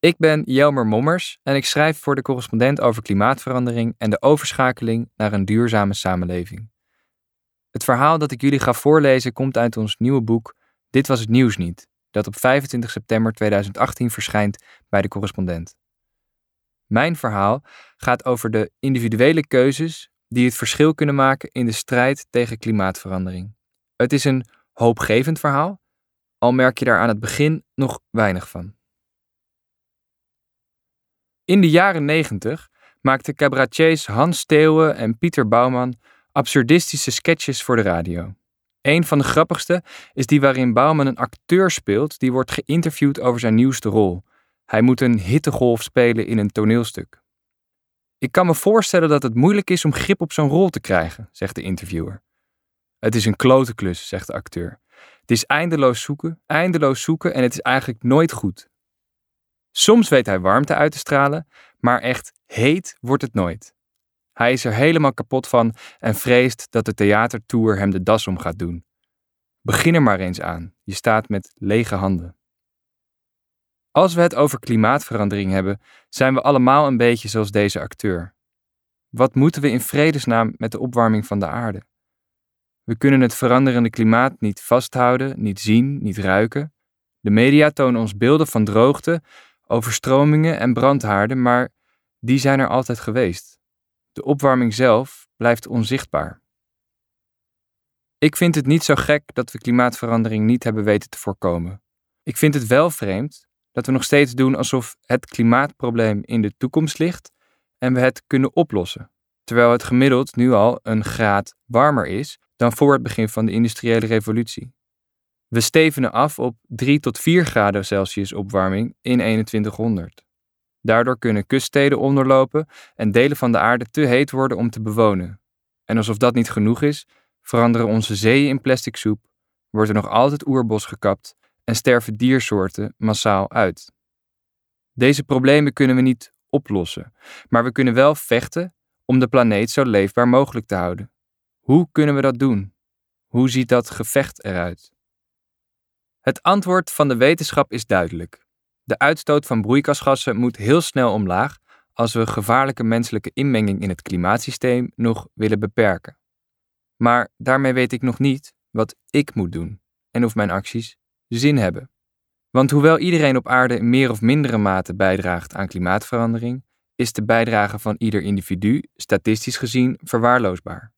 Ik ben Jelmer Mommers en ik schrijf voor de Correspondent over klimaatverandering en de overschakeling naar een duurzame samenleving. Het verhaal dat ik jullie ga voorlezen komt uit ons nieuwe boek Dit was het nieuws niet, dat op 25 september 2018 verschijnt bij de Correspondent. Mijn verhaal gaat over de individuele keuzes die het verschil kunnen maken in de strijd tegen klimaatverandering. Het is een hoopgevend verhaal, al merk je daar aan het begin nog weinig van. In de jaren 90 maakten cabaretiers Hans Steeuwen en Pieter Bouwman absurdistische sketches voor de radio. Een van de grappigste is die waarin Bouwman een acteur speelt die wordt geïnterviewd over zijn nieuwste rol. Hij moet een hittegolf spelen in een toneelstuk. Ik kan me voorstellen dat het moeilijk is om grip op zo'n rol te krijgen, zegt de interviewer. Het is een klote klus, zegt de acteur. Het is eindeloos zoeken en het is eigenlijk nooit goed. Soms weet hij warmte uit te stralen, maar echt heet wordt het nooit. Hij is er helemaal kapot van en vreest dat de theatertour hem de das om gaat doen. Begin er maar eens aan. Je staat met lege handen. Als we het over klimaatverandering hebben, zijn we allemaal een beetje zoals deze acteur. Wat moeten we in vredesnaam met de opwarming van de aarde? We kunnen het veranderende klimaat niet vasthouden, niet zien, niet ruiken. De media tonen ons beelden van droogte, overstromingen en brandhaarden, maar die zijn er altijd geweest. De opwarming zelf blijft onzichtbaar. Ik vind het niet zo gek dat we klimaatverandering niet hebben weten te voorkomen. Ik vind het wel vreemd dat we nog steeds doen alsof het klimaatprobleem in de toekomst ligt en we het kunnen oplossen, terwijl het gemiddeld nu al een graad warmer is dan voor het begin van de industriële revolutie. We stevenen af op 3 tot 4 graden Celsius opwarming in 2100. Daardoor kunnen kuststeden onderlopen en delen van de aarde te heet worden om te bewonen. En alsof dat niet genoeg is, veranderen onze zeeën in plastic soep, wordt er nog altijd oerbos gekapt en sterven diersoorten massaal uit. Deze problemen kunnen we niet oplossen, maar we kunnen wel vechten om de planeet zo leefbaar mogelijk te houden. Hoe kunnen we dat doen? Hoe ziet dat gevecht eruit? Het antwoord van de wetenschap is duidelijk. De uitstoot van broeikasgassen moet heel snel omlaag als we gevaarlijke menselijke inmenging in het klimaatsysteem nog willen beperken. Maar daarmee weet ik nog niet wat ik moet doen en of mijn acties zin hebben. Want hoewel iedereen op aarde in meer of mindere mate bijdraagt aan klimaatverandering, is de bijdrage van ieder individu statistisch gezien verwaarloosbaar.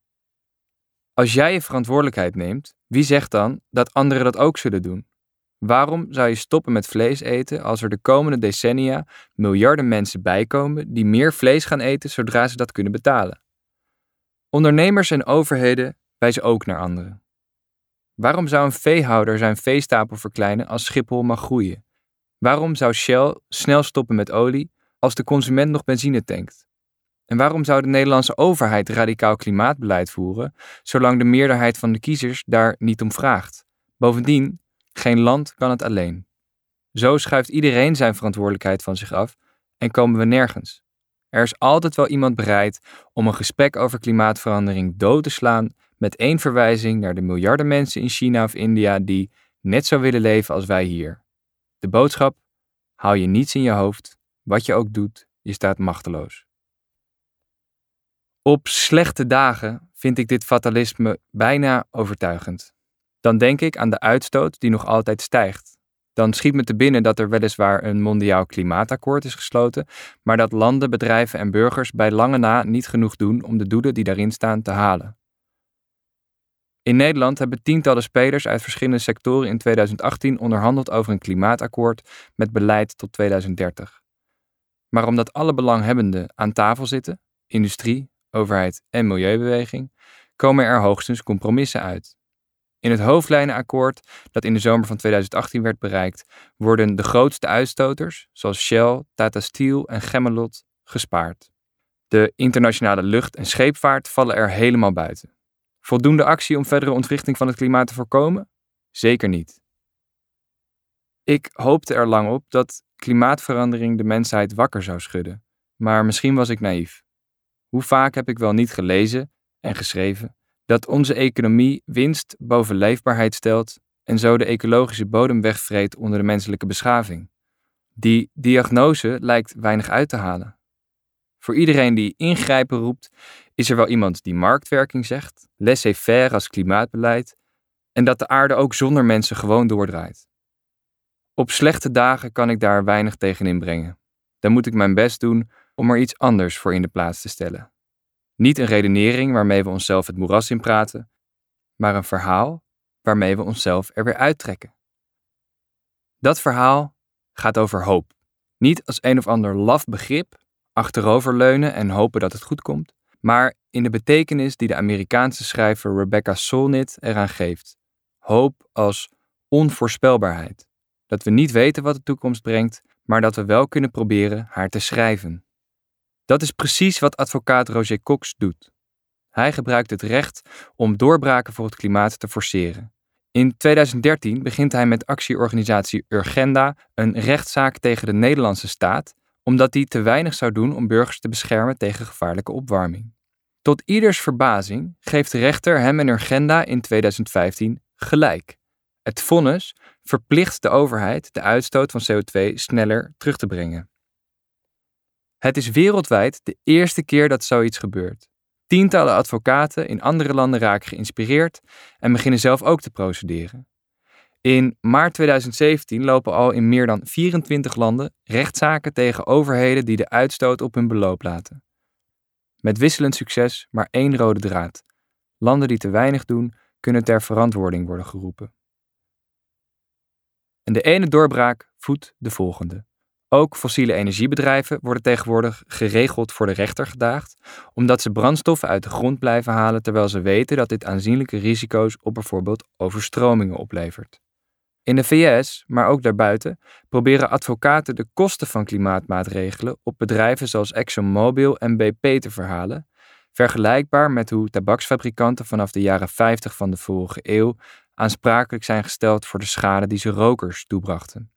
Als jij je verantwoordelijkheid neemt, wie zegt dan dat anderen dat ook zullen doen? Waarom zou je stoppen met vlees eten als er de komende decennia miljarden mensen bijkomen die meer vlees gaan eten zodra ze dat kunnen betalen? Ondernemers en overheden wijzen ook naar anderen. Waarom zou een veehouder zijn veestapel verkleinen als Schiphol mag groeien? Waarom zou Shell snel stoppen met olie als de consument nog benzine tankt? En waarom zou de Nederlandse overheid radicaal klimaatbeleid voeren, zolang de meerderheid van de kiezers daar niet om vraagt? Bovendien, geen land kan het alleen. Zo schuift iedereen zijn verantwoordelijkheid van zich af en komen we nergens. Er is altijd wel iemand bereid om een gesprek over klimaatverandering dood te slaan met 1 verwijzing naar de miljarden mensen in China of India die net zo willen leven als wij hier. De boodschap: hou je niets in je hoofd, wat je ook doet, je staat machteloos. Op slechte dagen vind ik dit fatalisme bijna overtuigend. Dan denk ik aan de uitstoot die nog altijd stijgt. Dan schiet me te binnen dat er weliswaar een mondiaal klimaatakkoord is gesloten, maar dat landen, bedrijven en burgers bij lange na niet genoeg doen om de doelen die daarin staan te halen. In Nederland hebben tientallen spelers uit verschillende sectoren in 2018 onderhandeld over een klimaatakkoord met beleid tot 2030. Maar omdat alle belanghebbenden aan tafel zitten, industrie, overheid en milieubeweging, komen er hoogstens compromissen uit. In het hoofdlijnenakkoord dat in de zomer van 2018 werd bereikt, worden de grootste uitstoters, zoals Shell, Tata Steel en Gemmelot, gespaard. De internationale lucht- en scheepvaart vallen er helemaal buiten. Voldoende actie om verdere ontwrichting van het klimaat te voorkomen? Zeker niet. Ik hoopte er lang op dat klimaatverandering de mensheid wakker zou schudden, maar misschien was ik naïef. Hoe vaak heb ik wel niet gelezen en geschreven dat onze economie winst boven leefbaarheid stelt en zo de ecologische bodem wegvreet onder de menselijke beschaving. Die diagnose lijkt weinig uit te halen. Voor iedereen die ingrijpen roept, is er wel iemand die marktwerking zegt, laissez-faire als klimaatbeleid en dat de aarde ook zonder mensen gewoon doordraait. Op slechte dagen kan ik daar weinig tegen inbrengen. Dan moet ik mijn best doen om er iets anders voor in de plaats te stellen. Niet een redenering waarmee we onszelf het moeras in praten, maar een verhaal waarmee we onszelf er weer uittrekken. Dat verhaal gaat over hoop. Niet als een of ander laf begrip, achteroverleunen en hopen dat het goed komt, maar in de betekenis die de Amerikaanse schrijver Rebecca Solnit eraan geeft. Hoop als onvoorspelbaarheid. Dat we niet weten wat de toekomst brengt, maar dat we wel kunnen proberen haar te schrijven. Dat is precies wat advocaat Roger Cox doet. Hij gebruikt het recht om doorbraken voor het klimaat te forceren. In 2013 begint hij met actieorganisatie Urgenda een rechtszaak tegen de Nederlandse staat, omdat die te weinig zou doen om burgers te beschermen tegen gevaarlijke opwarming. Tot ieders verbazing geeft de rechter hem en Urgenda in 2015 gelijk. Het vonnis verplicht de overheid de uitstoot van CO2 sneller terug te brengen. Het is wereldwijd de eerste keer dat zoiets gebeurt. Tientallen advocaten in andere landen raken geïnspireerd en beginnen zelf ook te procederen. In maart 2017 lopen al in meer dan 24 landen rechtszaken tegen overheden die de uitstoot op hun beloop laten. Met wisselend succes, maar één rode draad. Landen die te weinig doen, kunnen ter verantwoording worden geroepen. En de ene doorbraak voedt de volgende. Ook fossiele energiebedrijven worden tegenwoordig geregeld voor de rechter gedaagd, omdat ze brandstoffen uit de grond blijven halen terwijl ze weten dat dit aanzienlijke risico's op bijvoorbeeld overstromingen oplevert. In de VS, maar ook daarbuiten, proberen advocaten de kosten van klimaatmaatregelen op bedrijven zoals ExxonMobil en BP te verhalen, vergelijkbaar met hoe tabaksfabrikanten vanaf de jaren 50 van de vorige eeuw aansprakelijk zijn gesteld voor de schade die ze rokers toebrachten.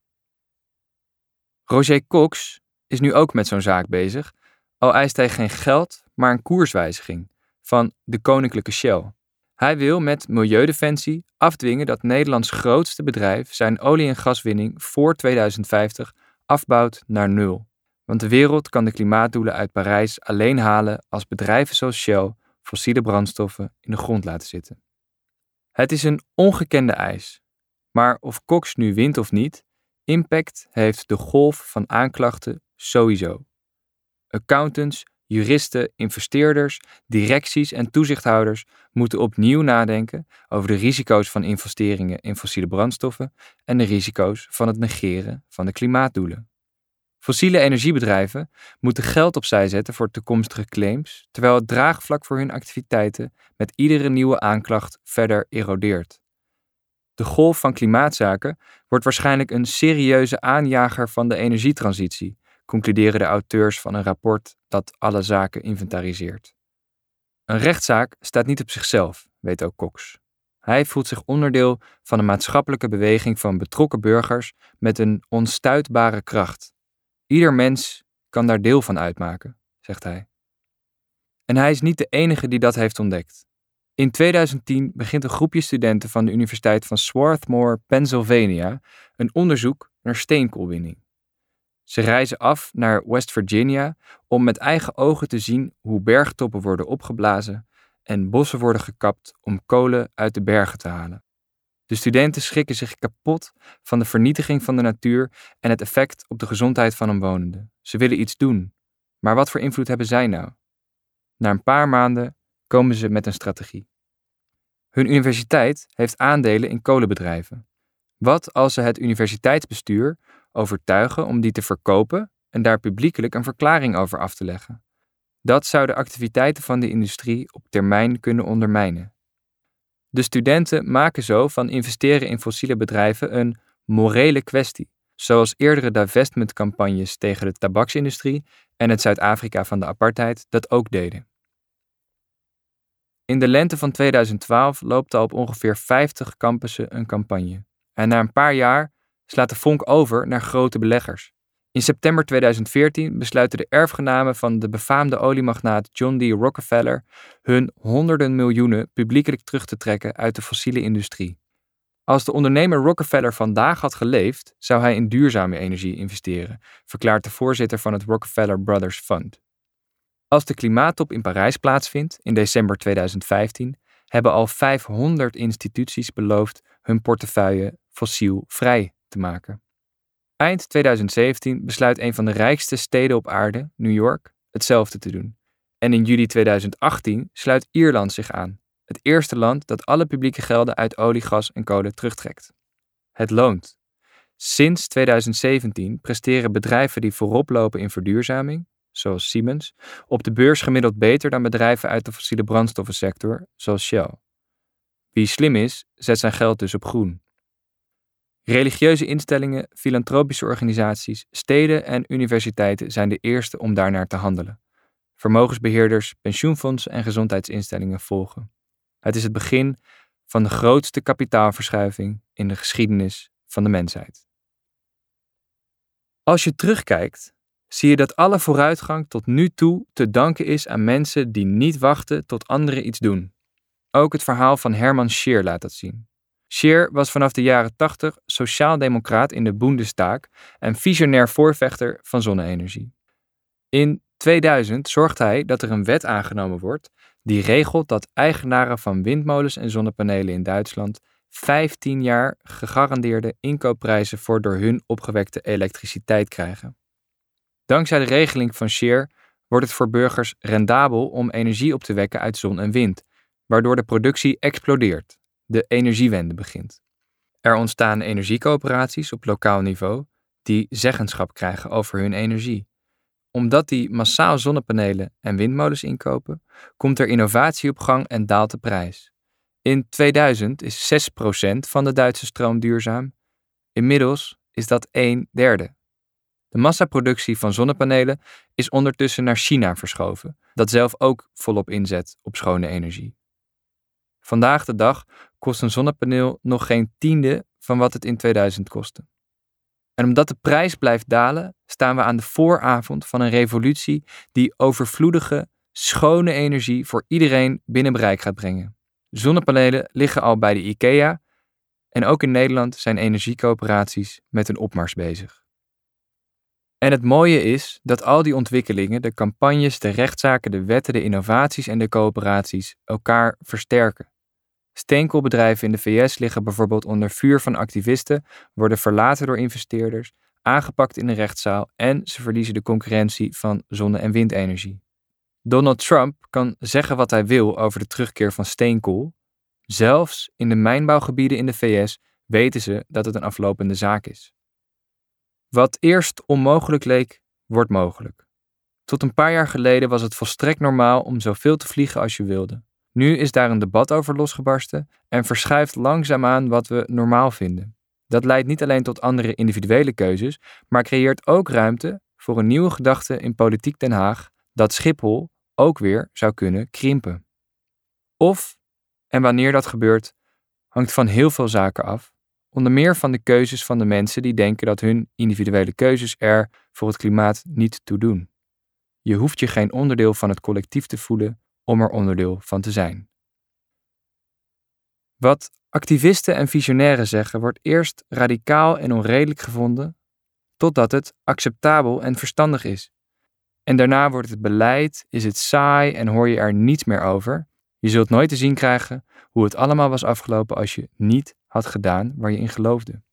Roger Cox is nu ook met zo'n zaak bezig, al eist hij geen geld, maar een koerswijziging van de Koninklijke Shell. Hij wil met Milieudefensie afdwingen dat Nederlands grootste bedrijf zijn olie- en gaswinning voor 2050 afbouwt naar nul. Want de wereld kan de klimaatdoelen uit Parijs alleen halen als bedrijven zoals Shell fossiele brandstoffen in de grond laten zitten. Het is een ongekende eis, maar of Cox nu wint of niet, impact heeft de golf van aanklachten sowieso. Accountants, juristen, investeerders, directies en toezichthouders moeten opnieuw nadenken over de risico's van investeringen in fossiele brandstoffen en de risico's van het negeren van de klimaatdoelen. Fossiele energiebedrijven moeten geld opzij zetten voor toekomstige claims, terwijl het draagvlak voor hun activiteiten met iedere nieuwe aanklacht verder erodeert. De golf van klimaatzaken wordt waarschijnlijk een serieuze aanjager van de energietransitie, concluderen de auteurs van een rapport dat alle zaken inventariseert. Een rechtszaak staat niet op zichzelf, weet ook Cox. Hij voelt zich onderdeel van een maatschappelijke beweging van betrokken burgers met een onstuitbare kracht. Ieder mens kan daar deel van uitmaken, zegt hij. En hij is niet de enige die dat heeft ontdekt. In 2010 begint een groepje studenten van de Universiteit van Swarthmore, Pennsylvania, een onderzoek naar steenkoolwinning. Ze reizen af naar West Virginia om met eigen ogen te zien hoe bergtoppen worden opgeblazen en bossen worden gekapt om kolen uit de bergen te halen. De studenten schrikken zich kapot van de vernietiging van de natuur en het effect op de gezondheid van omwonenden. Ze willen iets doen, maar wat voor invloed hebben zij nou? Na een paar maanden komen ze met een strategie. Hun universiteit heeft aandelen in kolenbedrijven. Wat als ze het universiteitsbestuur overtuigen om die te verkopen en daar publiekelijk een verklaring over af te leggen? Dat zou de activiteiten van de industrie op termijn kunnen ondermijnen. De studenten maken zo van investeren in fossiele bedrijven een morele kwestie, zoals eerdere divestmentcampagnes tegen de tabaksindustrie en het Zuid-Afrika van de apartheid dat ook deden. In de lente van 2012 loopt al op ongeveer 50 campussen een campagne. En na een paar jaar slaat de vonk over naar grote beleggers. In september 2014 besluiten de erfgenamen van de befaamde oliemagnaat John D. Rockefeller hun honderden miljoenen publiekelijk terug te trekken uit de fossiele industrie. Als de ondernemer Rockefeller vandaag had geleefd, zou hij in duurzame energie investeren, verklaart de voorzitter van het Rockefeller Brothers Fund. Als de klimaattop in Parijs plaatsvindt in december 2015, hebben al 500 instituties beloofd hun portefeuille fossielvrij te maken. Eind 2017 besluit een van de rijkste steden op aarde, New York, hetzelfde te doen. En in juli 2018 sluit Ierland zich aan, het eerste land dat alle publieke gelden uit olie, gas en kolen terugtrekt. Het loont. Sinds 2017 presteren bedrijven die voorop lopen in verduurzaming, zoals Siemens, op de beurs gemiddeld beter dan bedrijven uit de fossiele brandstoffensector, zoals Shell. Wie slim is, zet zijn geld dus op groen. Religieuze instellingen, filantropische organisaties, steden en universiteiten zijn de eerste om daarnaar te handelen. Vermogensbeheerders, pensioenfondsen en gezondheidsinstellingen volgen. Het is het begin van de grootste kapitaalverschuiving in de geschiedenis van de mensheid. Als je terugkijkt, zie je dat alle vooruitgang tot nu toe te danken is aan mensen die niet wachten tot anderen iets doen. Ook het verhaal van Hermann Scheer laat dat zien. Scheer was vanaf de jaren 80 sociaaldemocraat in de Bundestag en visionair voorvechter van zonne-energie. In 2000 zorgt hij dat er een wet aangenomen wordt die regelt dat eigenaren van windmolens en zonnepanelen in Duitsland 15 jaar gegarandeerde inkoopprijzen voor door hun opgewekte elektriciteit krijgen. Dankzij de regeling van Scheer wordt het voor burgers rendabel om energie op te wekken uit zon en wind, waardoor de productie explodeert. De energiewende begint. Er ontstaan energiecoöperaties op lokaal niveau die zeggenschap krijgen over hun energie. Omdat die massaal zonnepanelen en windmolens inkopen, komt er innovatie op gang en daalt de prijs. In 2000 is 6% van de Duitse stroom duurzaam. Inmiddels is dat 1/3. De massaproductie van zonnepanelen is ondertussen naar China verschoven, dat zelf ook volop inzet op schone energie. Vandaag de dag kost een zonnepaneel nog geen 1/10 van wat het in 2000 kostte. En omdat de prijs blijft dalen, staan we aan de vooravond van een revolutie die overvloedige, schone energie voor iedereen binnen bereik gaat brengen. Zonnepanelen liggen al bij de IKEA en ook in Nederland zijn energiecoöperaties met een opmars bezig. En het mooie is dat al die ontwikkelingen, de campagnes, de rechtszaken, de wetten, de innovaties en de coöperaties elkaar versterken. Steenkoolbedrijven in de VS liggen bijvoorbeeld onder vuur van activisten, worden verlaten door investeerders, aangepakt in de rechtszaal en ze verliezen de concurrentie van zonne- en windenergie. Donald Trump kan zeggen wat hij wil over de terugkeer van steenkool. Zelfs in de mijnbouwgebieden in de VS weten ze dat het een aflopende zaak is. Wat eerst onmogelijk leek, wordt mogelijk. Tot een paar jaar geleden was het volstrekt normaal om zoveel te vliegen als je wilde. Nu is daar een debat over losgebarsten en verschuift langzaamaan wat we normaal vinden. Dat leidt niet alleen tot andere individuele keuzes, maar creëert ook ruimte voor een nieuwe gedachte in politiek Den Haag dat Schiphol ook weer zou kunnen krimpen. Of, en wanneer dat gebeurt, hangt van heel veel zaken af, onder meer van de keuzes van de mensen die denken dat hun individuele keuzes er voor het klimaat niet toe doen. Je hoeft je geen onderdeel van het collectief te voelen om er onderdeel van te zijn. Wat activisten en visionairen zeggen wordt eerst radicaal en onredelijk gevonden, totdat het acceptabel en verstandig is. En daarna wordt het beleid, is het saai en hoor je er niets meer over. Je zult nooit te zien krijgen hoe het allemaal was afgelopen als je niet had gedaan waar je in geloofde.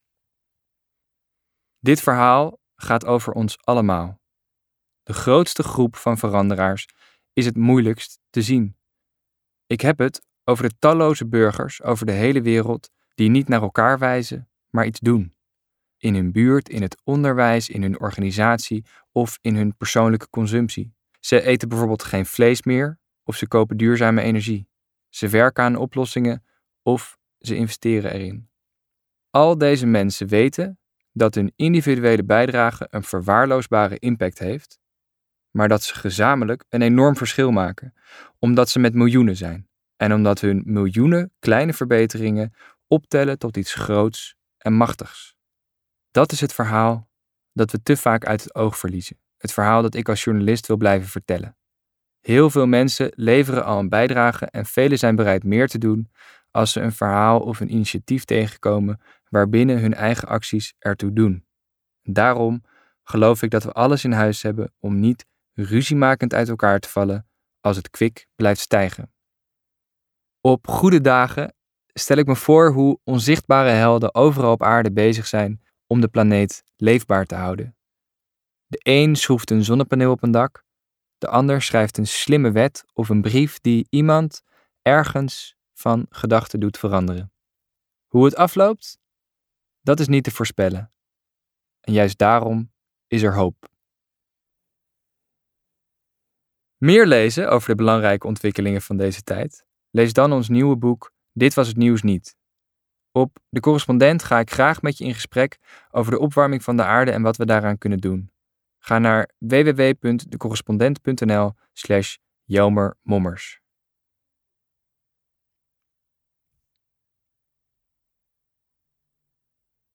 Dit verhaal gaat over ons allemaal. De grootste groep van veranderaars is het moeilijkst te zien. Ik heb het over de talloze burgers over de hele wereld die niet naar elkaar wijzen, maar iets doen. In hun buurt, in het onderwijs, in hun organisatie of in hun persoonlijke consumptie. Ze eten bijvoorbeeld geen vlees meer of ze kopen duurzame energie. Ze werken aan oplossingen of ze investeren erin. Al deze mensen weten dat hun individuele bijdrage een verwaarloosbare impact heeft, maar dat ze gezamenlijk een enorm verschil maken, omdat ze met miljoenen zijn en omdat hun miljoenen kleine verbeteringen optellen tot iets groots en machtigs. Dat is het verhaal dat we te vaak uit het oog verliezen. Het verhaal dat ik als journalist wil blijven vertellen. Heel veel mensen leveren al een bijdrage en velen zijn bereid meer te doen als ze een verhaal of een initiatief tegenkomen waarbinnen hun eigen acties ertoe doen. Daarom geloof ik dat we alles in huis hebben om niet ruziemakend uit elkaar te vallen als het kwik blijft stijgen. Op goede dagen stel ik me voor hoe onzichtbare helden overal op aarde bezig zijn om de planeet leefbaar te houden. De een schroeft een zonnepaneel op een dak, de ander schrijft een slimme wet of een brief die iemand ergens van gedachten doet veranderen. Hoe het afloopt, dat is niet te voorspellen. En juist daarom is er hoop. Meer lezen over de belangrijke ontwikkelingen van deze tijd? Lees dan ons nieuwe boek Dit was het nieuws niet. Op De Correspondent ga ik graag met je in gesprek over de opwarming van de aarde en wat we daaraan kunnen doen. Ga naar www.decorrespondent.nl/Jelmer Mommers.